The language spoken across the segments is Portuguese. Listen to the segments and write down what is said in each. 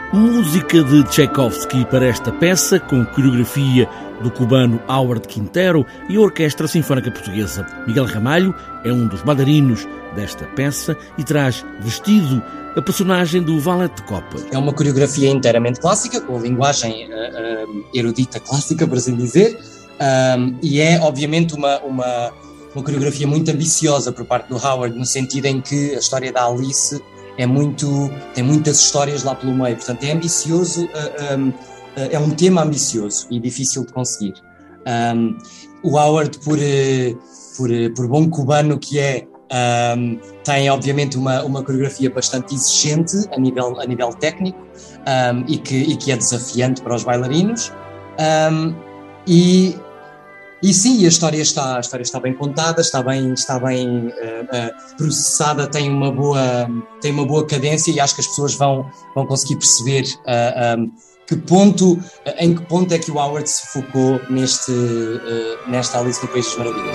Música de Tchaikovsky para esta peça, com coreografia do cubano Howard Quintero e a Orquestra Sinfónica Portuguesa. Miguel Ramalho é um dos bailarinos desta peça e traz vestido a personagem do Valete de Copas. É uma coreografia inteiramente clássica, com a linguagem erudita clássica, por assim dizer, e é obviamente uma coreografia muito ambiciosa por parte do Howard, no sentido em que a história da Alice tem muitas histórias lá pelo meio, portanto é ambicioso, é um tema ambicioso e difícil de conseguir. O Howard, por bom cubano que é, tem obviamente uma coreografia bastante exigente a nível técnico, e que é desafiante para os bailarinos, e sim, a história está bem contada, está bem processada, tem uma boa cadência, e acho que as pessoas vão conseguir perceber em que ponto é que o Howard se focou nesta Alice no País das Maravilhas.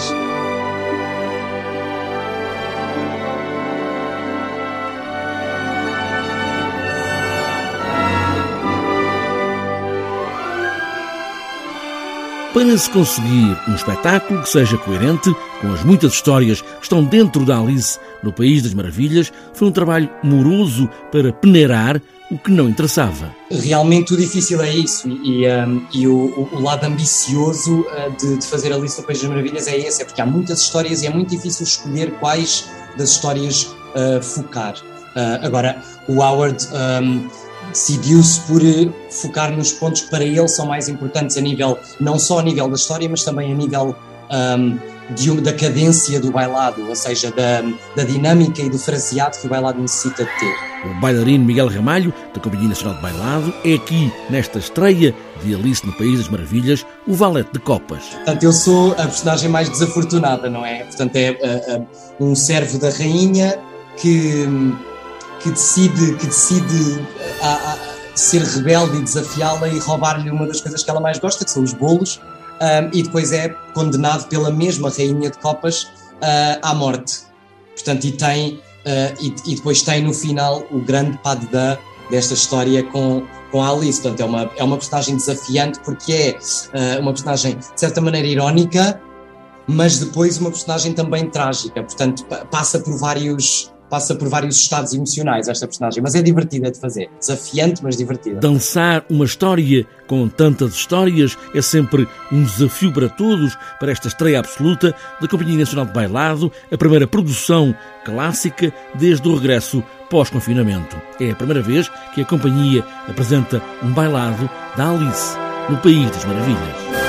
Para se conseguir um espetáculo que seja coerente com as muitas histórias que estão dentro da Alice no País das Maravilhas, foi um trabalho moroso para peneirar o que não interessava. Realmente o difícil é isso, e o lado ambicioso de fazer Alice no País das Maravilhas é esse, é porque há muitas histórias e é muito difícil escolher quais das histórias focar. Agora, o Howard decidiu-se por focar nos pontos que para ele são mais importantes, não só a nível da história, mas também a nível da cadência do bailado, ou seja, da dinâmica e do fraseado que o bailado necessita de ter. O bailarino Miguel Ramalho, da Companhia Nacional de Bailado, é aqui, nesta estreia de Alice no País das Maravilhas, o Valete de Copas. Portanto, eu sou a personagem mais desafortunada, não é? Portanto, é um servo da rainha que decide ser rebelde e desafiá-la e roubar-lhe uma das coisas que ela mais gosta, que são os bolos, e depois é condenado pela mesma rainha de copas à morte. Portanto, e depois tem no final o grande pas de deux desta história com a Alice. Portanto, é uma personagem desafiante, porque é uma personagem de certa maneira irónica, mas depois uma personagem também trágica. Portanto, passa por vários estados emocionais esta personagem, mas é divertida de fazer, desafiante, mas divertida. Dançar uma história com tantas histórias é sempre um desafio para todos, para esta estreia absoluta da Companhia Nacional de Bailado, a primeira produção clássica desde o regresso pós-confinamento. É a primeira vez que a companhia apresenta um bailado da Alice no País das Maravilhas.